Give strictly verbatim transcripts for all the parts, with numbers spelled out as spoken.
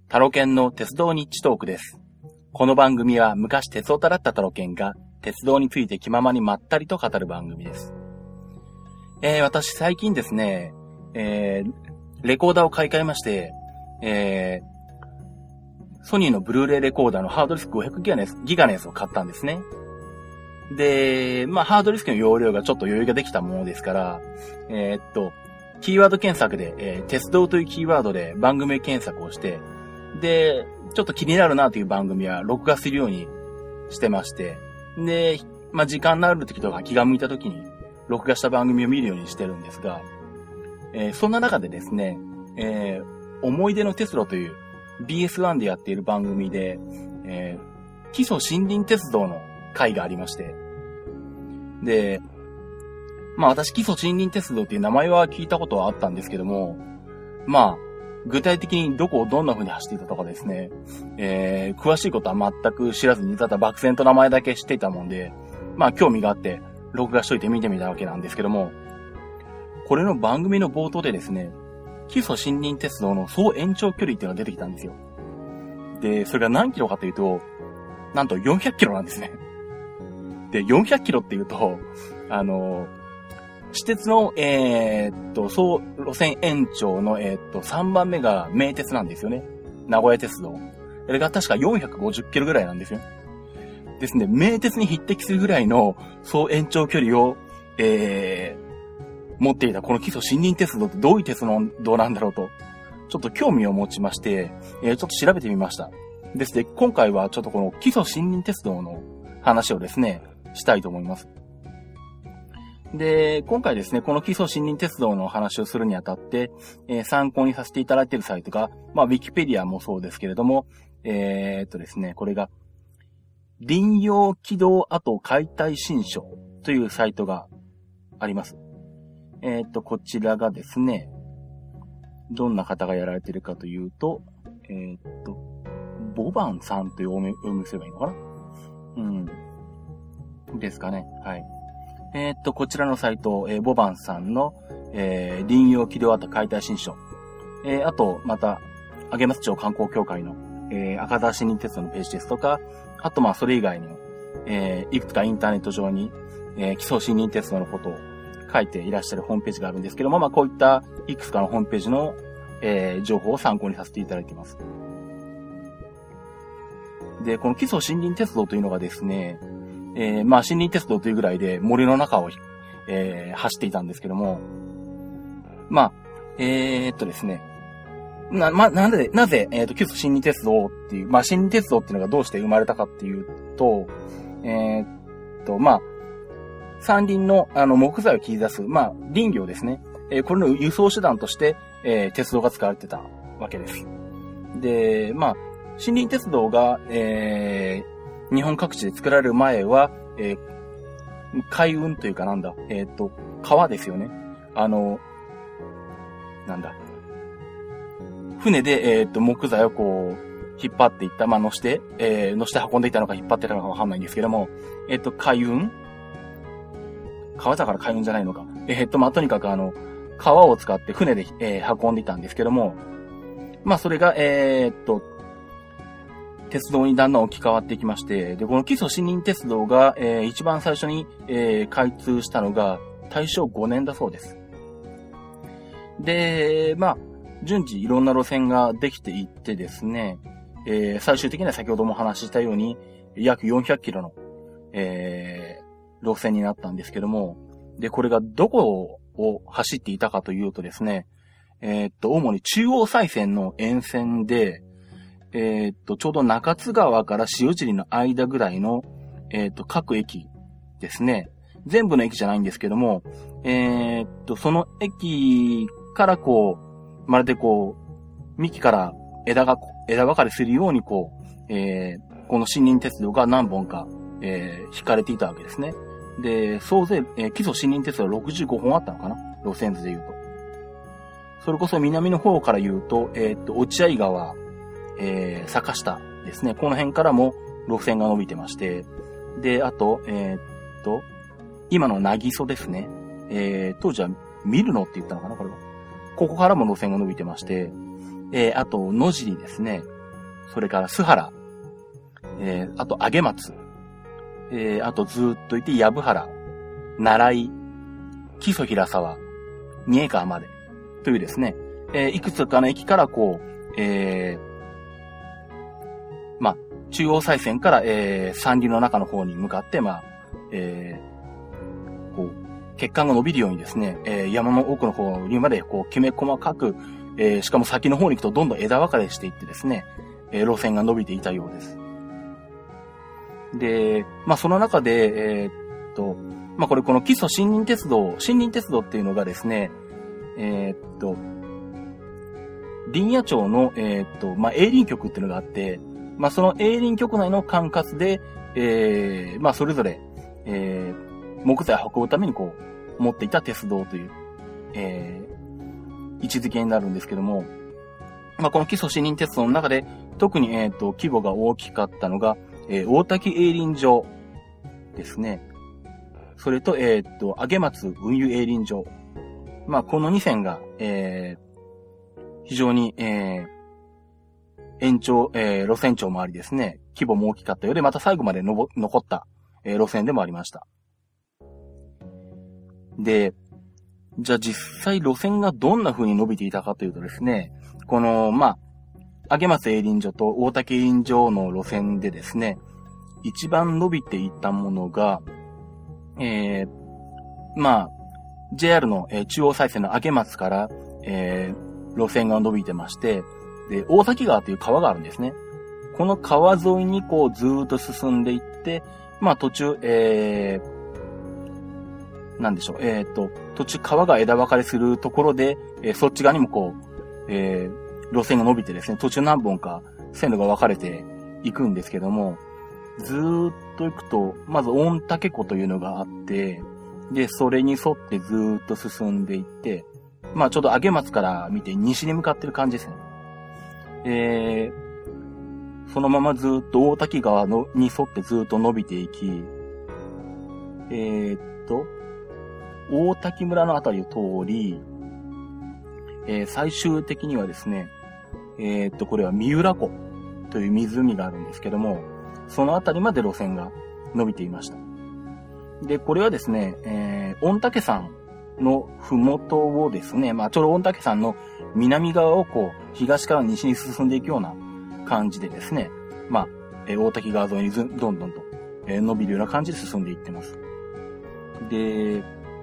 タロケンの鉄道日誌トークです。この番組は昔鉄オタだったタロケンが鉄道について気ままにまったりと語る番組です。えー、私最近ですね、えー、レコーダーを買い替えまして、えー、ソニーのブルーレイレコーダーのハードディスクごひゃくギガのやつ、ギガのやつを買ったんですね。で、まあハードディスクの容量がちょっと余裕ができたものですから、えー、っと、キーワード検索で、えー、鉄道というキーワードで番組検索をして、で、ちょっと気になるなという番組は録画するようにしてまして、で、まあ、時間のある時とか気が向いた時に録画した番組を見るようにしてるんですが、えー、そんな中でですね、えー、思い出の鉄路という ビーエスワン でやっている番組で、えー、基礎森林鉄道の回がありまして、で、まあ私基礎森林鉄道っていう名前は聞いたことはあったんですけども、まあ、具体的にどこをどんな風に走っていたとかですね、えー、詳しいことは全く知らずに、ただ漠然と名前だけ知っていたもんで、まあ興味があって、録画しといて見てみたわけなんですけども、これの番組の冒頭でですね、基礎森林鉄道の総延長距離っていうのが出てきたんですよ。で、それが何キロかというと、なんとよんひゃっキロなんですね。で、よんひゃっキロっていうと、あのー、私鉄の、えー、っと、総路線延長の、えー、っと、さんばんめが名鉄なんですよね。名古屋鉄道。それが確かよんひゃくごじゅっキロぐらいなんですよ。ですね、名鉄に匹敵するぐらいの総延長距離を、えー、持っていたこの基礎森林鉄道ってどういう鉄道なんだろうと、ちょっと興味を持ちまして、えー、ちょっと調べてみました。ですね、今回はちょっとこの基礎森林鉄道の話をですね、したいと思います。で、今回ですね、この基礎森林鉄道の話をするにあたって、えー、参考にさせていただいているサイトが、まあ、ウィキペディアもそうですけれども、えー、っとですね、これが、林葉軌道跡解体新書というサイトがあります。えー、っと、こちらがですね、どんな方がやられているかというと、えー、っと、ボバンさんというお読みすればいいのかな？うん。ですかね。はい。えー、っと、こちらのサイト、えー、ボバンさんの、えー、林葉軌道跡解体新書。えー、あと、また、上松町観光協会の、えー、赤沢森林鉄道のページですとか、あと、まあ、それ以外にも、えー、いくつかインターネット上に、えー、基礎森林鉄道のことを書いていらっしゃるホームページがあるんですけども、まあ、こういったいくつかのホームページの、えー、情報を参考にさせていただいています。で、この基礎森林鉄道というのがですね、えー、まあ、森林鉄道というぐらいで森の中を、えー、走っていたんですけども、まあ、えー、っとですね、な、ま、なんで、なぜ、えー、っと、基礎森林鉄道っていう、まあ、森林鉄道っていうのがどうして生まれたかっていうと、えー、っと、まあ、山林の、あの、木材を切り出す、まあ、林業ですね。えー、これの輸送手段として、えー、鉄道が使われてたわけです。で、まあ、森林鉄道が、えー、日本各地で作られる前は、えー、海運というかなんだ、えっと、川ですよね。あの、なんだ。船で、えっと、木材をこう、引っ張っていった、まあ、乗して、えー、乗して運んでいたのか引っ張ってたのかわかんないんですけども、えっと、海運川だから海運じゃないのか。えっと、まあ、とにかくあの、川を使って船で、えー、運んでいたんですけども、まあ、それが、えー、っと、鉄道にだんだん置き換わっていきまして、で、この基礎森林鉄道が、えー、一番最初に、えー、開通したのが大正ごねんだそうです。で、まあ、順次いろんな路線ができていってですね、えー、最終的には先ほどもお話ししたように、約よんひゃっキロの、えー、路線になったんですけども、で、これがどこを走っていたかというとですね、えー、っと、主に中央西線の沿線で、えー、っと、ちょうど中津川から塩尻の間ぐらいの、えー、っと、各駅ですね。全部の駅じゃないんですけども、えー、っと、その駅からこう、まるでこう、幹から枝が、枝分かれするようにこう、えー、この森林鉄道が何本か、えー、引かれていたわけですね。で、総勢、えー、基礎森林鉄道ろくじゅうごほんあったのかな？路線図で言うと。それこそ南の方から言うと、えー、っと、落合川、えー、坂下ですね。この辺からも路線が伸びてまして。で、あと、えー、っと、今のなぎそですね。えー、当時は見るのって言ったのかなこれは。ここからも路線が伸びてまして。えー、あと、野尻ですね。 それから須原、えー、あと上松、えー、あとずーっといて藪原、奈良井、木曽平沢、三重川までというですね、えー、いくつかの駅からこう、えー、まあ、中央西線から、えー、山林の中の方に向かって、まあ、えー、こう、血管が伸びるようにですね、えー、山の奥の方にまでこう、きめ細かく、えー、しかも先の方に行くとどんどん枝分かれしていってですね、えー、路線が伸びていたようです。で、まあ、その中で、えー、っと、まあ、これこの木曽新林鉄道、新林鉄道っていうのがですね、えー、っと、林野庁の、えー、っと、まあ、営林局っていうのがあって、まあ、その営林局内の管轄で、えー、まあ、それぞれ、えー、木材を運ぶためにこう、持っていた鉄道という、えー、位置づけになるんですけども、まあ、この木曽新林鉄道の中で、特に、えー、っと、規模が大きかったのが、えー、大滝営林場ですね。それと、えー、っと、上松運輸営林場。まあ、このに線が、えー、非常に、えー、延長、えー、路線長もありですね、規模も大きかったようで、また最後までのぼ残った、えー、路線でもありました。で、じゃあ実際路線がどんな風に伸びていたかというとですね、この、まあ、上松営林場と大滝営林場の路線でですね、一番伸びていたものが、えー、まあ、ジェイアール の、えー、中央西線の上松から、えー、路線が伸びてまして、で、大滝川という川があるんですね。この川沿いにこうずーっと進んでいって、まあ途中、えー、なんでしょう、えー、っと、途中川が枝分かれするところで、えー、そっち側にもこう、えー、路線が伸びてですね、途中何本か線路が分かれていくんですけども、ずーっと行くと、まず御嶽湖というのがあって、で、それに沿ってずーっと進んでいって、まあちょうど上松から見て西に向かってる感じですね。えー、そのままずーっと大滝川のに沿ってずーっと伸びていき、えー、っと、大滝村のあたりを通り、えー、最終的にはですね、えー、っと、これは三浦湖という湖があるんですけども、そのあたりまで路線が伸びていました。で、これはですね、えー、御嶽山のふもとをですね、まあ、ちょうど御嶽山の南側をこう、東から西に進んでいくような感じでですね、まあ、えー、大滝川沿いにずどんどんと、えー、伸びるような感じで進んでいってます。で、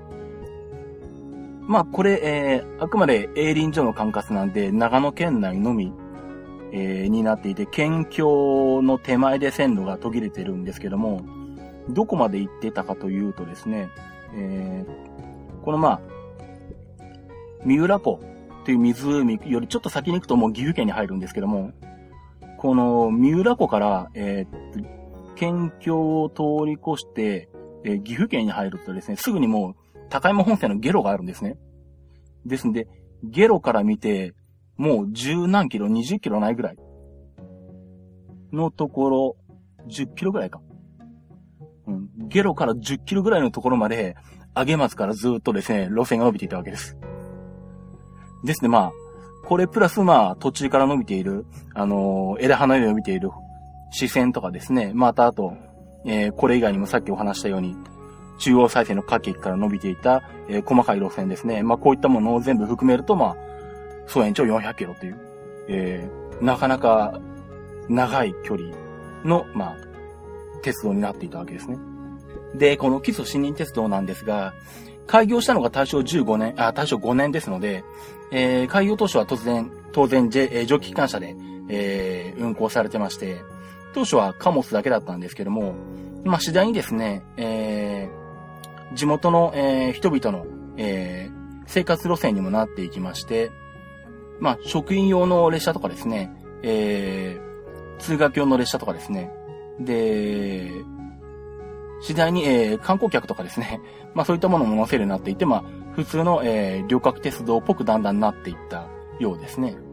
まあ、これ、えー、あくまで営林所の管轄なんで、長野県内のみ、えー、になっていて、県境の手前で線路が途切れてるんですけども、どこまで行ってたかというとですね、えー、このまあ、三浦湖という湖よりちょっと先に行くともう岐阜県に入るんですけども、この三浦湖から、えー、県境を通り越して、えー、岐阜県に入るとですね、すぐにもう高山本線の下呂があるんですね。ですんで、下呂から見て、もう十何キロ、二十キロないぐらいのところ、じゅっキロぐらいか。うん、下呂からじゅっキロぐらいのところまで、上松からずっとですね、路線が伸びていたわけです。ですね、まあ、これプラスまあ、途中から伸びている、あのー、枝葉のように伸びている支線とかですね、またあと、えー、これ以外にもさっきお話したように、中央再生の各駅から伸びていた、えー、細かい路線ですね。まあ、こういったものを全部含めると、まあ、総延長よんひゃくキロという、えー、なかなか長い距離の、まあ、鉄道になっていたわけですね。で、この木曽新林鉄道なんですが、開業したのが大正じゅうごねん、あ、大正ごねんですので、えー、開業当初は突然、当然、J、えー、蒸気機関車で、えー、運行されてまして、当初は貨物だけだったんですけども、まあ、次第にですね、えー、地元の、えー、人々の、えー、生活路線にもなっていきまして、まあ、職員用の列車とかですね、えー、通学用の列車とかですね、で、次第に、えー、観光客とかですね、まあそういったものも乗せるようになっていて、まあ普通の、えー、旅客鉄道っぽくだんだんなっていったようですね。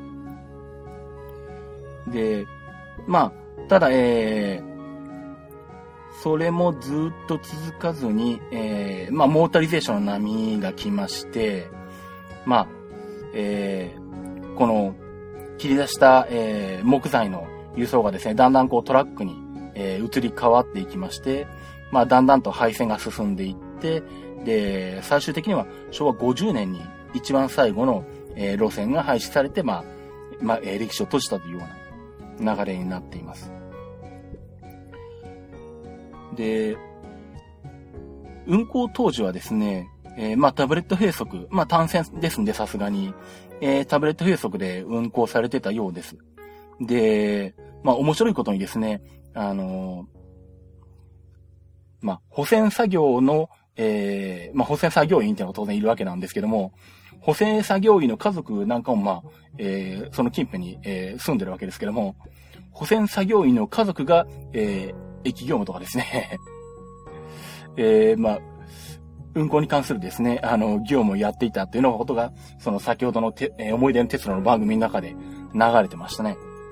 で、まあ、ただ、えー、それもずっと続かずに、えー、まあモータリゼーションの波が来まして、まあ、えー、この切り出した、えー、木材の輸送がですね、だんだんこうトラックに、えー、移り変わっていきまして、まあだんだんと廃線が進んでいって、で、最終的にはしょうわごじゅうねんに一番最後の、えー、路線が廃止されて、まあ、まあ、えー、歴史を閉じたというような流れになっています。で、運行当時はですね、えー、まあタブレット閉塞、まあ単線ですんでさすがに、えー、タブレット閉塞で運行されてたようです。で、まあ面白いことにですね、あのー、まあ補選作業の、えー、まあ補選作業員っていうのが当然いるわけなんですけども、補選作業員の家族なんかもまあ、えー、その近辺に、えー、住んでるわけですけども、補選作業員の家族が、えー、駅業務とかですね、えー、まあ、運行に関するですね、あの、業務をやっていたっていうのことが、その先ほどのて、えー、思い出の鉄路の番組の中で流れてましたね。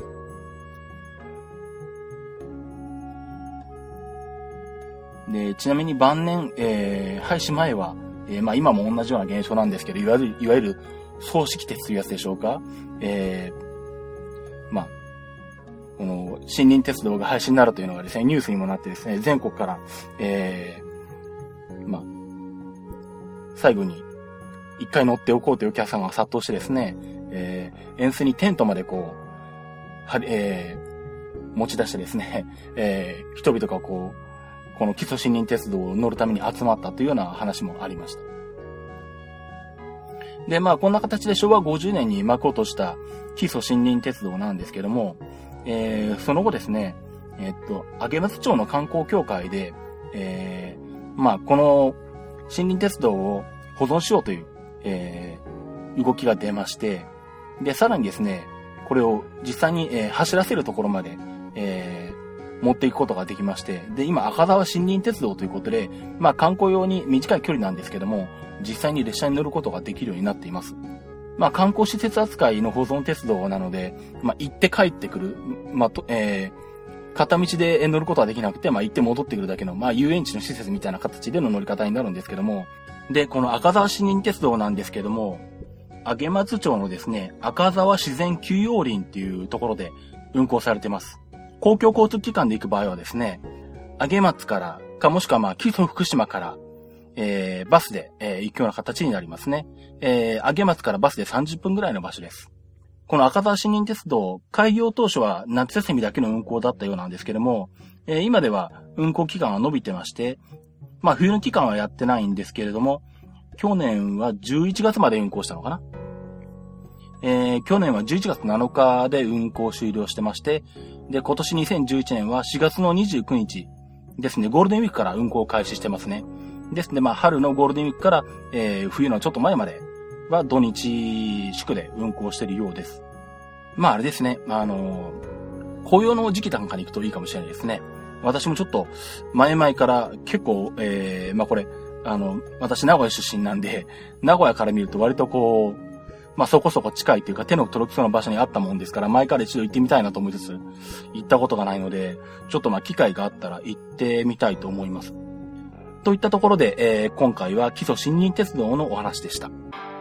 で、ちなみに晩年、えー、廃止前は、えー、まあ今も同じような現象なんですけど、いわゆる、いわゆる、葬式鉄というやつでしょうか。えー、まあ、この、森林鉄道が廃止になるというのがですね、ニュースにもなってですね、全国から、えー、まあ、最後に、一回乗っておこうというお客さんが殺到してですね、えー、沿線にテントまでこう、はえー、持ち出してですね、えー、人々がこう、この基礎森林鉄道を乗るために集まったというような話もありました。で、まあ、こんな形でしょうわごじゅうねんに幕を閉じた基礎森林鉄道なんですけども、えー、その後ですね、えー、っと、上松町の観光協会で、えー、まあ、この森林鉄道を保存しようという、えー、動きが出まして、で、さらにですね、これを実際に、えー、走らせるところまで、えー、持っていくことができまして、で、今、赤沢森林鉄道ということで、まあ、観光用に短い距離なんですけども、実際に列車に乗ることができるようになっています。まあ、観光施設扱いの保存鉄道なので、まあ、行って帰ってくる、まあ、と、えー、片道で乗ることはできなくて、まあ、行って戻ってくるだけの、まあ、遊園地の施設みたいな形での乗り方になるんですけども、で、この赤沢森林鉄道なんですけども、上松町のですね、赤沢自然休養林っていうところで運行されています。公共交通機関で行く場合はですね、上松からかもしくはまあ、木曽福島から、えー、バスで、えー、行くような形になりますね。えー、上松からバスでさんじゅっぷんぐらいの場所です。この赤沢森林鉄道、開業当初は夏休みだけの運行だったようなんですけども、えー、今では運行期間は伸びてまして、まあ冬の期間はやってないんですけれども、去年はじゅういちがつまで運行したのかな。えー、去年はじゅういちがつなのかで運行終了してまして、で、今年にせんじゅういちねんはしがつのにじゅうくにちですね、ゴールデンウィークから運行を開始してますね。ですね、まあ春のゴールデンウィークから、えー、冬のちょっと前までは土日祝で運行しているようです。まああれですね、あのー、紅葉の時期なんかに行くといいかもしれないですね。私もちょっと前々から結構、えー、まあこれ、あの、私名古屋出身なんで、名古屋から見ると割とこう、まあそこそこ近いというか手の届きそうな場所にあったもんですから、前から一度行ってみたいなと思いつつ、行ったことがないので、ちょっとまあ機会があったら行ってみたいと思います。といったところで、えー、今回は基礎森林鉄道のお話でした。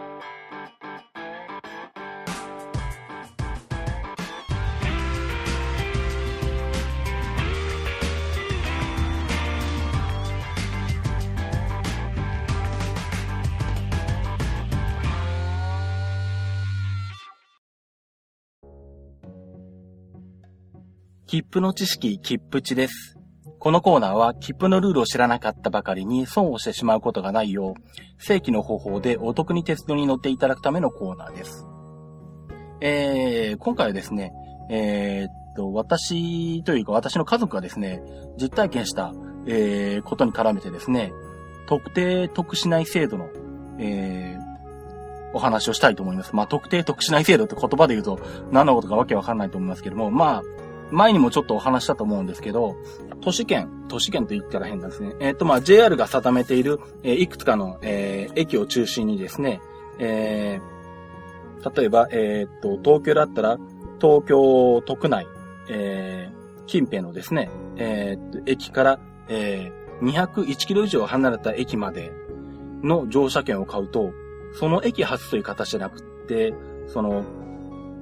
切符の知識、切符値です。このコーナーは切符のルールを知らなかったばかりに損をしてしまうことがないよう、正規の方法でお得に鉄道に乗っていただくためのコーナーです。えー、今回はですね、えー、っと、私というか私の家族がですね、実体験した、えー、ことに絡めてですね、特定特殊内制度の、えー、お話をしたいと思います。まあ、特定特殊内制度って言葉で言うと何のことかわけわかんないと思いますけども、まあ、前にもちょっとお話したと思うんですけど、都市圏、都市圏と言ったら変なんですね。えっと、まあ、ジェイアール が定めている、えー、いくつかの、えー、駅を中心にですね、えー、例えば、えー、っと、東京だったら、東京都区内、えー、近辺のですね、えー、っと、駅から、えー、にひゃくいちキロ以上離れた駅までの乗車券を買うと、その駅発という形じゃなくって、その、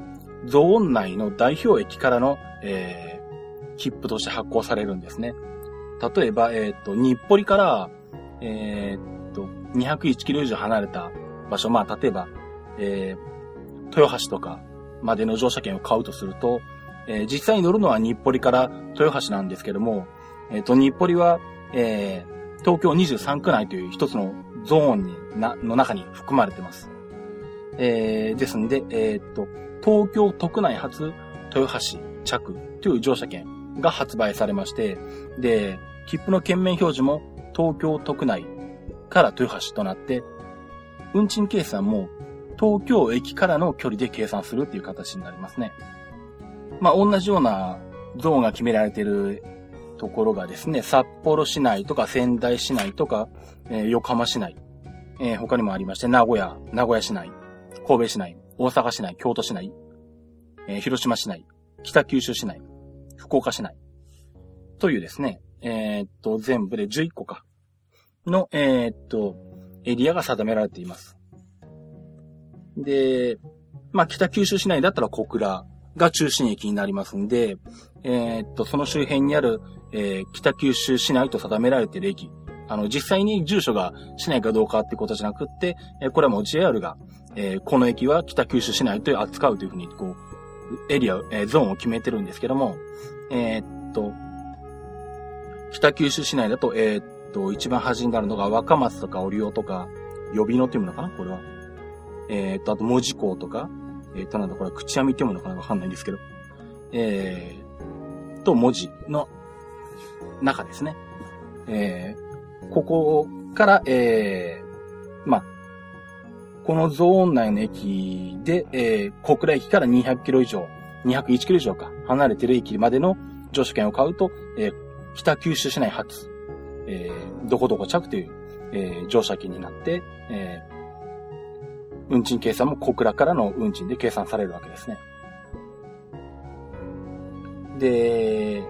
ゾーン内の代表駅からの、えー、切符として発行されるんですね。例えば、えっと、日暮里から、えー、っと、にひゃくいちキロ以上離れた場所、まあ、例えば、えー、豊橋とかまでの乗車券を買うとすると、えー、実際に乗るのは日暮里から豊橋なんですけども、えっと、日暮里は、えー、東京にじゅうさんく内という一つのゾーンになの中に含まれてます。えー、ですんで、えー、っと、東京都区内発豊橋着という乗車券が発売されまして、で、切符の券面表示も東京都区内から豊橋となって、運賃計算も東京駅からの距離で計算するっていう形になりますね。まあ、同じようなゾーンが決められているところがですね、札幌市内とか仙台市内とか、えー、横浜市内、えー、他にもありまして、名古屋、名古屋市内、神戸市内、大阪市内、京都市内、えー、広島市内、北九州市内、福岡市内というですね、えー、っと、全部でじゅういっこかの、えー、っと、エリアが定められています。で、まあ、北九州市内だったら小倉が中心駅になりますんで、えー、っと、その周辺にある、えー、北九州市内と定められている駅、あの、実際に住所が市内かどうかってことじゃなくって、えー、これはもう ジェイアール が、えー、この駅は北九州市内と扱うというふうに、こう、エリア、えー、ゾーンを決めてるんですけども、えー、っと、北九州市内だと、えー、っと、一番端になるのが若松とか折尾とか、呼び野っていうのかなこれは。えー、っと、あと門司港とか、えー、っと、なんだこれ、口網っていうのかなわかんないんですけど、えー、と、文字の中ですね。えー、ここから、えー、まあ、このゾーン内の駅で、えー、小倉駅からにひゃくキロ以上、にひゃくいちキロ以上か、離れている駅までの乗車券を買うと、えー、北九州市内発、えー、どこどこ着という、えー、乗車券になって、えー、運賃計算も小倉からの運賃で計算されるわけですね。で、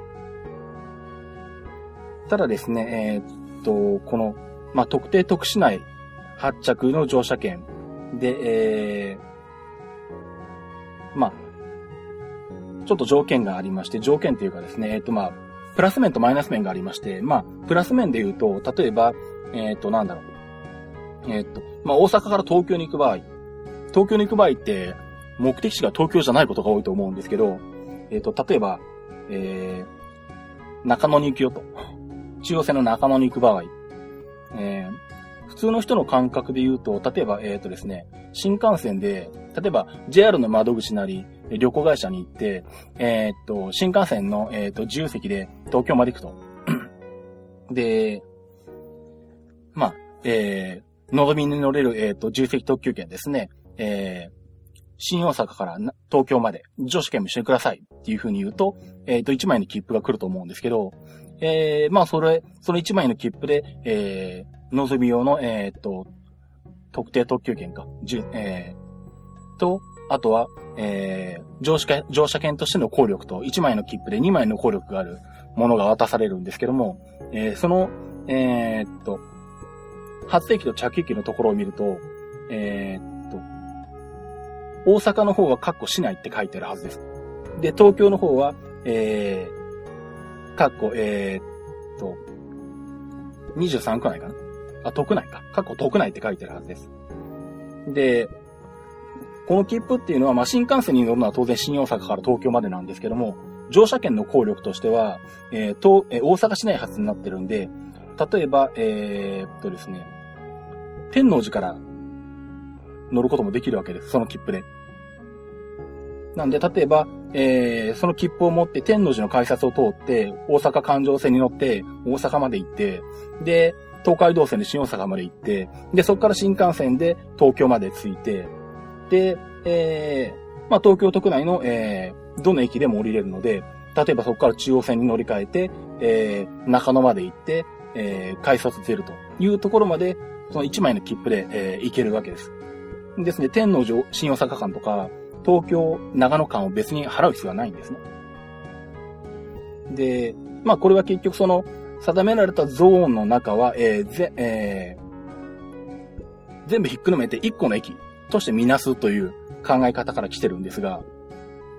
ただですね、えー、っと、この、まあ、特定特殊内発着の乗車券で、えー、まあ、ちょっと条件がありまして、条件というかですね、えー、っと、まあ、プラス面とマイナス面がありまして、まあ、プラス面で言うと、例えば、えー、っと、なんだろう。えー、っと、まあ、大阪から東京に行く場合、東京に行く場合って、目的地が東京じゃないことが多いと思うんですけど、えっと、例えば、えー、中野に行くよと。中央線の中野に行く場合、えー、普通の人の感覚で言うと、例えば、えっとですね、新幹線で、例えば ジェイアール の窓口なり、旅行会社に行って、えー、っと、新幹線の、えー、っと、自由席で東京まで行くと。で、まあ、えー、のぞみに乗れる、えー、っと、自由席特急券ですね。えー、新大阪から東京まで乗車券も一緒にくださいっていう風に言うと、えっと、いちまいの切符が来ると思うんですけど、えー、まあ、それ、そのいちまいの切符で、えー、のぞみ用の、えー、っと、特定特急券か、じゅ、えー、と、あとは、えー、乗車、乗車券としての効力といちまいの切符でにまいの効力があるものが渡されるんですけども、えー、その、えー、っと、発駅と着駅のところを見ると、えー、っと、大阪の方はカッコ市内って書いてあるはずです。で、東京の方は、えー、カッコ、えー、っと、にじゅうさんく内かなあ、都区内か。カッコ都区内って書いてあるはずです。で、この切符っていうのは、まあ、新幹線に乗るのは当然新大阪から東京までなんですけども、乗車券の効力としては、えー、と、えー、大阪市内発になってるんで、例えば、えー、っとですね、天王寺から乗ることもできるわけです。その切符で。なんで、例えば、えー、その切符を持って天王寺の改札を通って、大阪環状線に乗って、大阪まで行って、で、東海道線で新大阪まで行って、で、そこから新幹線で東京まで着いて、で、えー、まあ、東京都区内の、えー、どの駅でも降りれるので、例えばそこから中央線に乗り換えて、えー、中野まで行って、えー、改札出るというところまで、そのいちまいの切符で、えー、行けるわけです。ですね、天王寺新大阪間とか、東京長野間を別に払う必要はないんですね。で、まあこれは結局その、定められたゾーンの中は、えーぜえー、全部ひっくるめていっこの駅としてみなすという考え方から来てるんですが、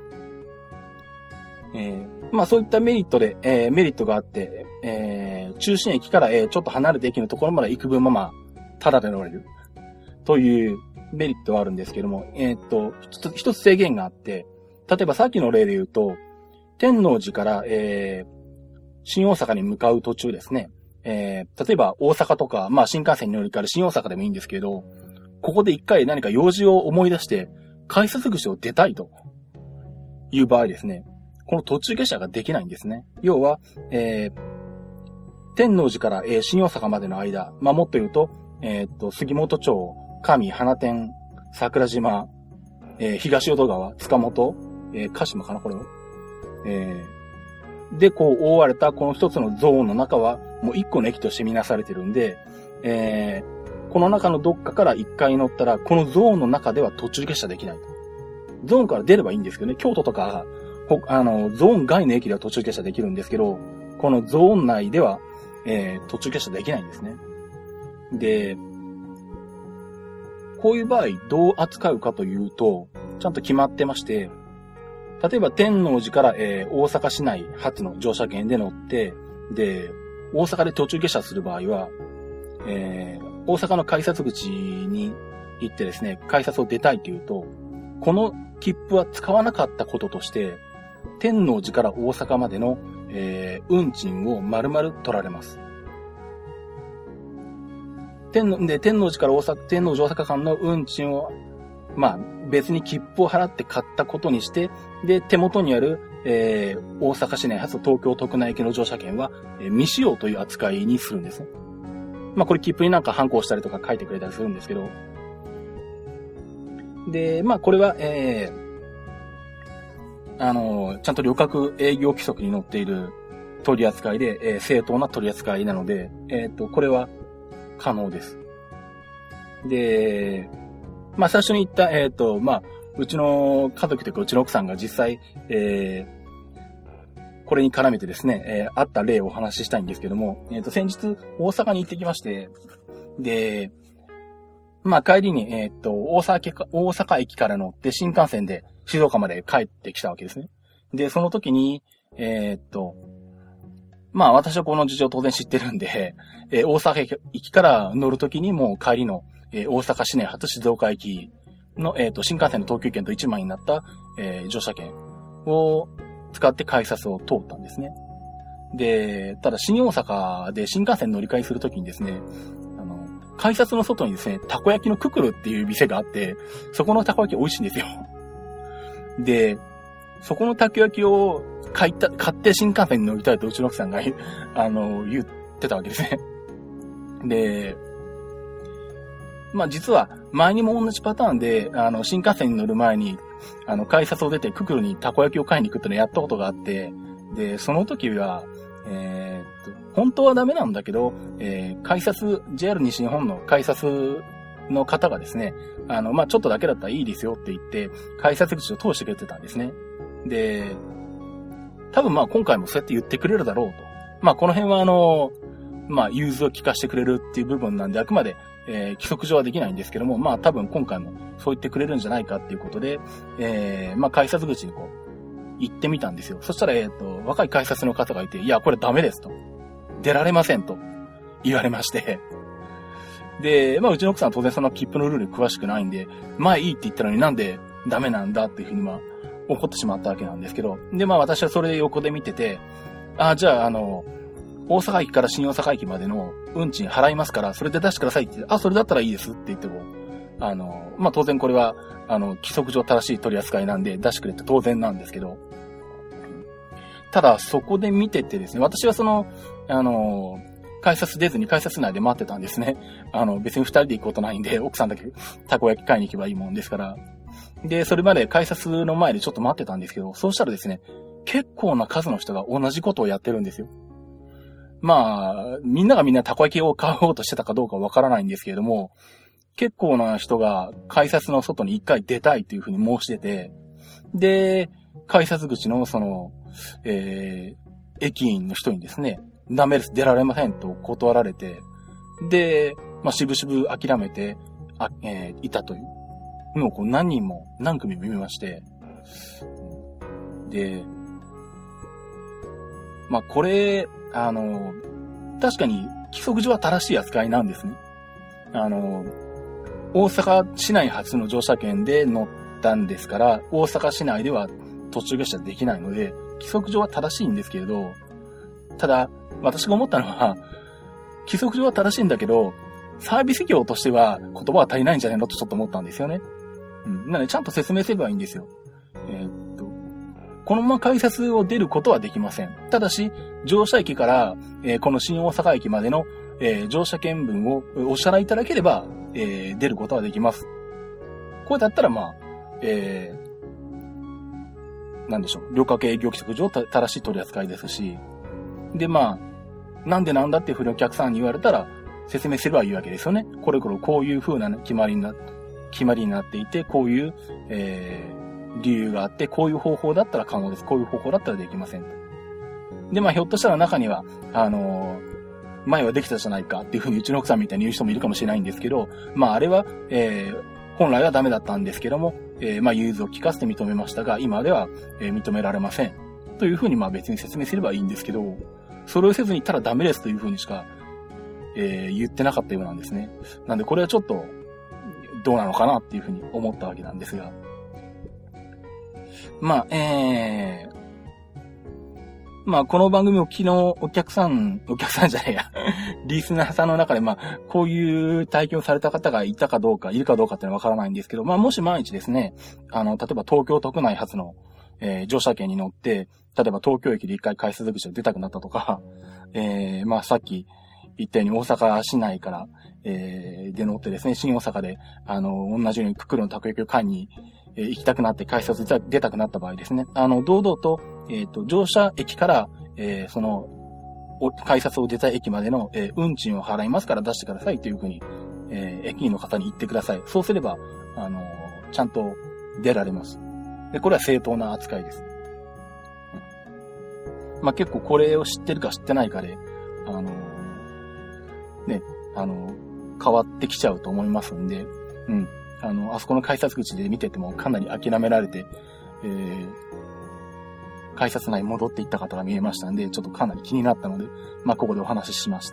えー、まあそういったメリットで、えー、メリットがあって、えー、中心駅から、えー、ちょっと離れた駅のところまで行く分もまあ、タダで乗れる。というメリットはあるんですけども、えー、っと、一つ、一つ制限があって、例えばさっきの例で言うと、天王寺から、えー、新大阪に向かう途中ですね。えー、例えば大阪とか、まあ新幹線に乗り換える新大阪でもいいんですけど、ここで一回何か用事を思い出して、改札口を出たいという場合ですね、この途中下車ができないんですね。要は、えー、天王寺から、えー、新大阪までの間、まあもっと言うと、えー、っと、杉本町、上、花店、桜島、えー、東淀川、塚本、えー、鹿島かなこれを。えー、で、こう覆われたこの一つのゾーンの中は、もう一個の駅として見なされてるんで、えー、この中のどっかから一回乗ったら、このゾーンの中では途中下車できない。ゾーンから出ればいいんですけどね、京都とか、あの、ゾーン外の駅では途中下車できるんですけど、このゾーン内では、えー、途中下車できないんですね。で、こういう場合どう扱うかというと、ちゃんと決まってまして、例えば天王寺から、えー、大阪市内発の乗車券で乗って、で、大阪で途中下車する場合は、えー、大阪の改札口に行ってですね、改札を出たいというと、この切符は使わなかったこととして、天王寺から大阪までの、えー、運賃を丸々取られます。天, で天王寺から大阪、天王寺大阪間の運賃を、まあ、別に切符を払って買ったことにして、で、手元にある、えー、大阪市内発東京特内行きの乗車券は、えー、未使用という扱いにするんですね。まあ、これ切符になんか反抗したりとか書いてくれたりするんですけど。で、まあ、これは、えー、あのー、ちゃんと旅客営業規則に載っている取り扱いで、えー、正当な取り扱いなので、えっと、これは可能です。で、まあ、最初に言った、えっと、まあ、うちの家族というかうちの奥さんが実際、えー、これに絡めてですね、えー、あった例をお話ししたいんですけども、えっと、先日大阪に行ってきまして、で、まあ、帰りに、えっと、大阪、大阪駅から乗って新幹線で静岡まで帰ってきたわけですね。で、その時に、えー、っと、まあ、私はこの事情当然知ってるんで、えー、大阪駅から乗る時にもう帰りの、えー、大阪市内発静岡駅の、えっと、新幹線の東急券といちまいになった、えー、乗車券を使って改札を通ったんですね。で、ただ新大阪で新幹線乗り換えするときにですね、あの、改札の外にですね、たこ焼きのククルっていう店があって、そこのたこ焼き美味しいんですよ。で、そこのたこ焼きを買いた、買って新幹線に乗りたいとうちの奥さんが、あの、言ってたわけですね。で、まあ実は前にも同じパターンで、あの、新幹線に乗る前に、あの、改札を出てククルにたこ焼きを買いに行くってのをやったことがあって、で、その時は、えー、っと、本当はダメなんだけど、えー、改札、ジェイアール 西日本の改札の方がですね、あの、まあちょっとだけだったらいいですよって言って、改札口を通してくれてたんですね。で、多分まあ今回もそうやって言ってくれるだろうと。まあこの辺はあの、まあ融通を聞かせてくれるっていう部分なんで、あくまで、えー、規則上はできないんですけども、まあ多分今回もそう言ってくれるんじゃないかっていうことで、えー、まあ改札口にこう、行ってみたんですよ。そしたら、えっと、若い改札の方がいて、いや、これダメですと。出られませんと言われまして。で、まあうちの奥さんは当然その切符のルール詳しくないんで、まあいいって言ったのになんでダメなんだっていうふうにまあ怒ってしまったわけなんですけど、で、まあ私はそれで横で見てて、あ、じゃああの、大阪駅から新大阪駅までの運賃払いますから、それで出してくださいって言って、あ、それだったらいいですって言っても、あの、まあ、当然これは、あの、規則上正しい取り扱いなんで出してくれって当然なんですけど、ただそこで見ててですね、私はその、あの、改札出ずに改札内で待ってたんですね。あの、別に二人で行くことないんで、奥さんだけたこ焼き買いに行けばいいもんですから。で、それまで改札の前でちょっと待ってたんですけど、そうしたらですね、結構な数の人が同じことをやってるんですよ。まあ、みんながみんなたこ焼きを買おうとしてたかどうかわからないんですけれども、結構な人が改札の外に一回出たいというふうに申し出て、で、改札口のその、えー、駅員の人にですね、ダメです、出られませんと断られて、で、まあ、しぶしぶ諦めて、あ、えー、いたというのをこう何人も何組も見まして、で、 まあ、これ、あの、確かに規則上は正しい扱いなんですね。あの、大阪市内発の乗車券で乗ったんですから、大阪市内では途中下車できないので、規則上は正しいんですけれど、ただ、私が思ったのは、規則上は正しいんだけど、サービス業としては言葉は足りないんじゃないのとちょっと思ったんですよね。うん。なので、ちゃんと説明すればいいんですよ。えー、っと、このまま改札を出ることはできません。ただし、乗車駅から、えー、この新大阪駅までの、えー、乗車券分をお支払いいただければ、えー、出ることはできます。これだったら、まあ、えー、なんでしょう。旅客営業規則上正しい取り扱いですし、で、まあ、なんでなんだっていうふうにお客さんに言われたら、説明すればいいわけですよね。これこれこういう風な決まりにな、決まりになっていて、こういう、えー、理由があって、こういう方法だったら可能です。こういう方法だったらできません。で、まあ、ひょっとしたら中には、あのー、前はできたじゃないかっていう風にうちの奥さんみたいに言う人もいるかもしれないんですけど、まあ、あれは、えー、本来はダメだったんですけども、えー、まあ、融通を聞かせて認めましたが、今では、えー、認められません。という風に、まあ、別に説明すればいいんですけど、それをせずにただダメですという風にしか、えー、言ってなかったようなんですね。なんでこれはちょっとどうなのかなっていうふうに思ったわけなんですが。まあ、えー、まあこの番組を昨日お客さん、お客さんじゃないや、リスナーさんの中でまあこういう体験をされた方がいたかどうか、いるかどうかっていうのはわからないんですけど、まあもし万一ですね、あの、例えば東京都区内発の、えー、乗車券に乗って、例えば東京駅で一回改札口を出たくなったとか、えー、まあさっき、言ったように大阪市内から、えー、で乗ってですね、新大阪で、あの、同じようにクックルのたこ焼きを買いに、えー、行きたくなって改札に出たくなった場合ですね、あの、堂々と、えっと、乗車駅から、えー、その、改札を出た駅までの、えー、運賃を払いますから出してくださいというふうに、えー、駅員の方に言ってください。そうすれば、あの、ちゃんと出られます。で、これは正当な扱いです。うん、まあ、結構これを知ってるか知ってないかで、あの、ね、あの、変わってきちゃうと思いますんで、うん。あの、あそこの改札口で見ててもかなり諦められて、えー、改札内に戻っていった方が見えましたんで、ちょっとかなり気になったので、まあ、ここでお話ししました。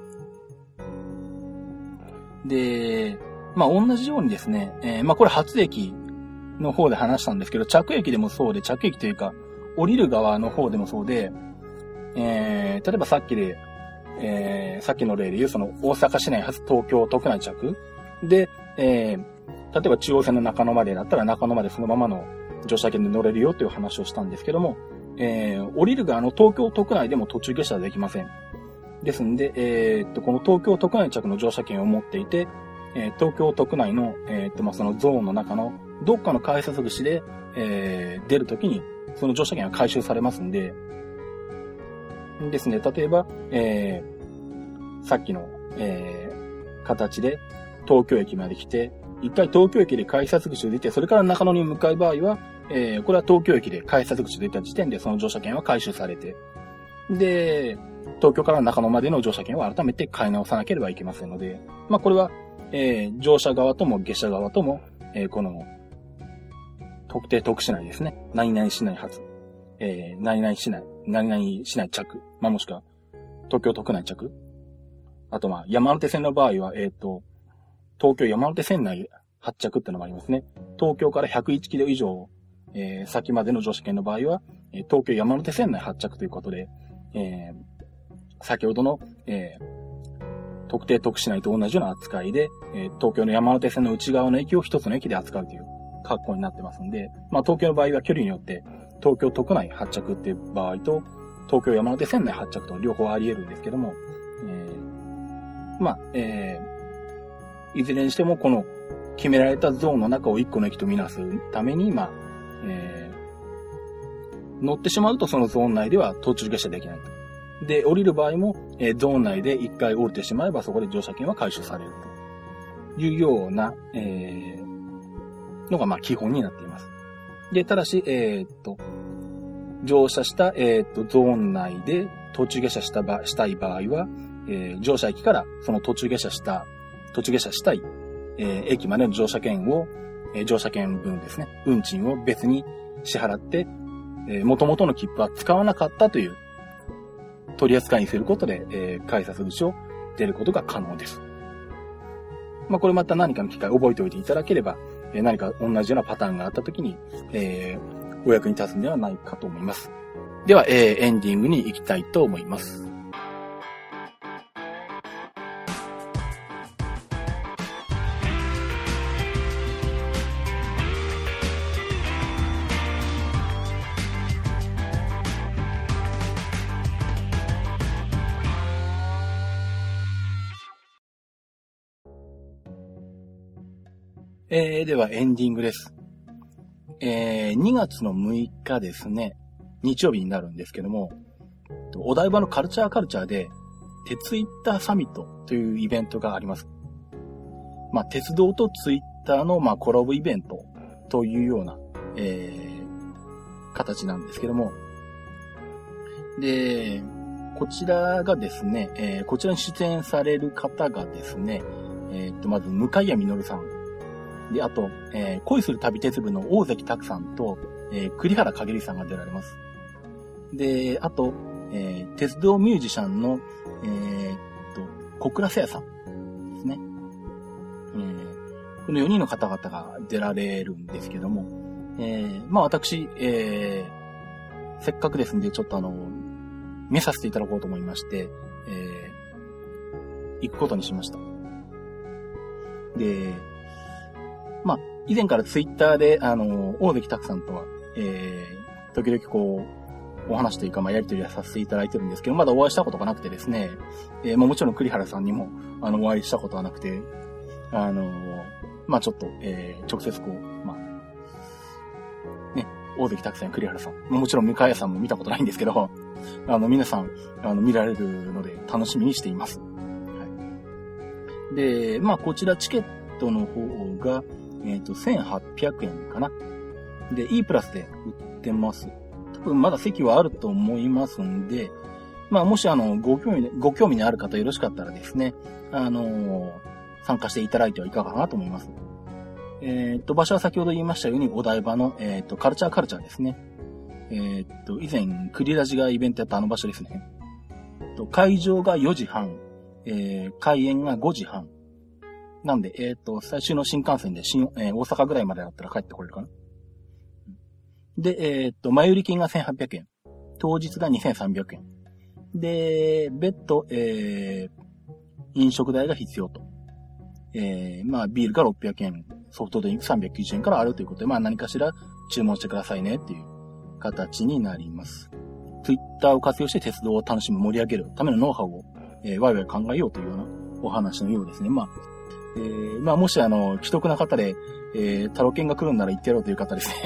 で、まあ、同じようにですね、えー、まあ、これ初駅の方で話したんですけど、着駅でもそうで、着駅というか、降りる側の方でもそうで、えー、例えばさっきで、えー、さっきの例で言う、その大阪市内発東京都区内着で、えー、例えば中央線の中野までだったら中野までそのままの乗車券で乗れるよという話をしたんですけども、えー、降りる側の東京都区内でも途中下車はできません。ですんで、えー、っと、この東京都区内着の乗車券を持っていて、えー、東京都区内の、えー、っと、まあ、そのゾーンの中のどっかの改札口で、えー、出るときにその乗車券が回収されますんで、ですね、例えば、えー、さっきの、えー、形で東京駅まで来て、一回東京駅で改札口を出て、それから中野に向かう場合は、えー、これは東京駅で改札口を出た時点でその乗車券は回収されて、で、東京から中野までの乗車券を改めて買い直さなければいけませんので、まあこれは、えー、乗車側とも下車側とも、えー、この、特定特市内ですね。何々市内発。えー、何々市内、何々市内着。まあ、もしくは、東京都区内着。あと、まあ、山手線の場合は、えっと、東京山手線内発着ってのもありますね。東京からひゃくいちキロ以上、えー、先までの乗車券の場合は、東京山手線内発着ということで、えー、先ほどの、えー、特定特市内と同じような扱いで、えー、東京の山手線の内側の駅を一つの駅で扱うという格好になってますんで、まあ、東京の場合は距離によって、東京都区内発着っていう場合と、東京山手線内発着と両方あり得るんですけども、えー、まあ、えー、いずれにしてもこの決められたゾーンの中を一個の駅とみなすために、まあ、えー、乗ってしまうとそのゾーン内では途中下車できないと。で、降りる場合も、えー、ゾーン内で一回降りてしまえばそこで乗車券は回収されるというような、えー、のがまあ基本になっています。で、ただし、えー、っと、乗車した、えー、っと、ゾーン内で途中下車したば、したい場合は、えー、乗車駅からその途中下車した、途中下車したい、えー、駅までの乗車券を、えー、乗車券分ですね、運賃を別に支払って、えー、元々の切符は使わなかったという、 取り扱いにすることで、えー、改札口を出ることが可能です。まあ、これまた何かの機会覚えておいていただければ、えー、何か同じようなパターンがあったときに、えー、お役に立つんではないかと思います。では、えー、エンディングに行きたいと思います。えー、ではエンディングです。えー、にがつのむいかですね、日曜日になるんですけども、お台場のカルチャーカルチャーで、鉄イッターサミットというイベントがあります。まあ、鉄道とツイッターの、まあ、コラボイベントというような、えー、形なんですけども、で、こちらがですね、えー、こちらに出演される方がですね、えー、っと、まず、向谷実さん。で、あと、えー、恋する旅鉄部の大関拓さんと、えー、栗原かげりさんが出られます。で、あと、えー、鉄道ミュージシャンの、えー、っと、小倉聖也さんですね。えー、このよにんの方々が出られるんですけども、えー、まあ私、えー、せっかくですんで、ちょっとあの、見させていただこうと思いまして、えー、行くことにしました。で、まあ、以前からツイッターで、あの、大関拓さんとは、えー、時々こう、お話というか、まあ、やりとりはさせていただいてるんですけど、まだお会いしたことがなくてですね、えー、まあ、もちろん栗原さんにも、あの、お会いしたことはなくて、あの、まあ、ちょっと、えー、直接こう、まあ、ね、大関拓さんや栗原さん、もちろん向谷さんも見たことないんですけど、あの、皆さん、あの、見られるので楽しみにしています。はい。で、まあ、こちらチケットの方が、えっと、せんはっぴゃくえんかな。で、E プラスで売ってます。多分まだ席はあると思いますんで、まあ、もしあの、ご興味、ご興味のある方よろしかったらですね、あのー、参加していただいてはいかがかなと思います。えっと、場所は先ほど言いましたように、お台場の、えっと、カルチャーカルチャーですね。えっと、以前、クリラジがイベントやったあの場所ですね。会場がよじはん、えー、開演がごじはん。なんで、えっと、最終の新幹線で新、えー、大阪ぐらいまでだったら帰ってこれるかな。で、えっと、前売り金がせんはっぴゃくえん。当日がにせんさんびゃくえん。で、別途、えー、飲食代が必要と。えー、まあ、ビールがろっぴゃくえん、ソフトドリンクさんびゃくきゅうじゅうえんからあるということで、まあ、何かしら注文してくださいねっていう形になります。ツイッターを活用して鉄道を楽しむ、盛り上げるためのノウハウを、えー、ワイワイ考えようというようなお話のようですね。まあ、えー、まあ、もしあの、既得な方で、えー、タロケンが来るんなら行ってやろうという方ですね。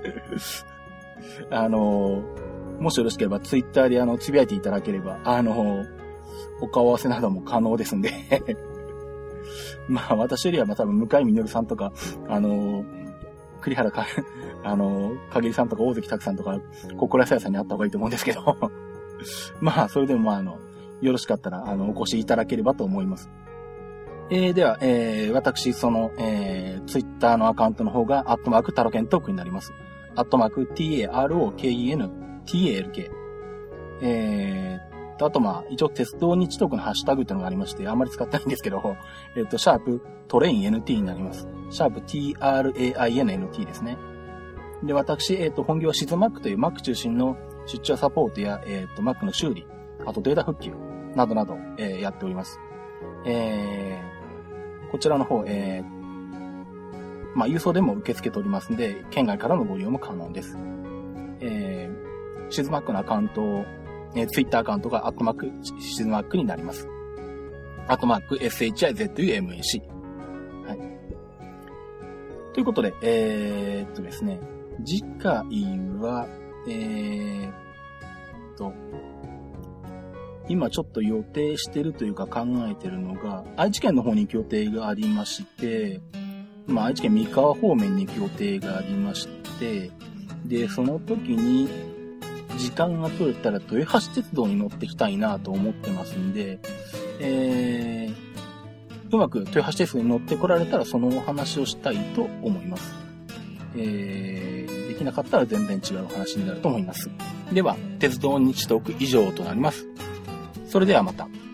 あの、もしよろしければツイッターであの、つぶやいていただければ、あの、お顔合わせなども可能ですんで。まあ、私よりはまあ多分、向井実さんとか、あの、栗原か、あの、かげりさんとか大関拓さんとか、小倉さやさんに会った方がいいと思うんですけど。まあ、それでもまあ、あの、よろしかったら、あの、お越しいただければと思います。えー、では、えー、私、その、えー、ツイッターのアカウントの方が、アットマークタロケントークになります。アットマーク ティーエーアールオーケーイーエヌティーエーエルケー。えーと、あとまあ、一応鉄道日トークのハッシュタグっていうのがありまして、あんまり使ってないんですけど、えっと、シャープトレイン エヌティー になります。シャープ ティーアールエーアイエヌエヌティー ですね。で、私、えっと、本業はシズ Mac という Mac 中心の出張サポートや、えっと、Mac の修理、あとデータ復旧、などなど、えー、やっております。えー、こちらの方、えー、まあ、郵送でも受け付けておりますので、県外からのご利用も可能です。えー、シズ Mac のアカウントを、えー、Twitter アカウントがアットマークシズ Mac になります。アットマーク エスエイチアイゼットユーエムエーシー。はい。ということで、えー、っとですね、次回は、えー、っと、今ちょっと予定してるというか考えてるのが、愛知県の方に行く予定がありまして、まあ愛知県三河方面に行く予定がありまして、で、その時に時間が取れたら豊橋鉄道に乗ってきたいなと思ってますんで、えー、うまく豊橋鉄道に乗ってこられたらそのお話をしたいと思います。えー、できなかったら全然違う話になると思います。では、鉄道日トーク以上となります。 それではまた。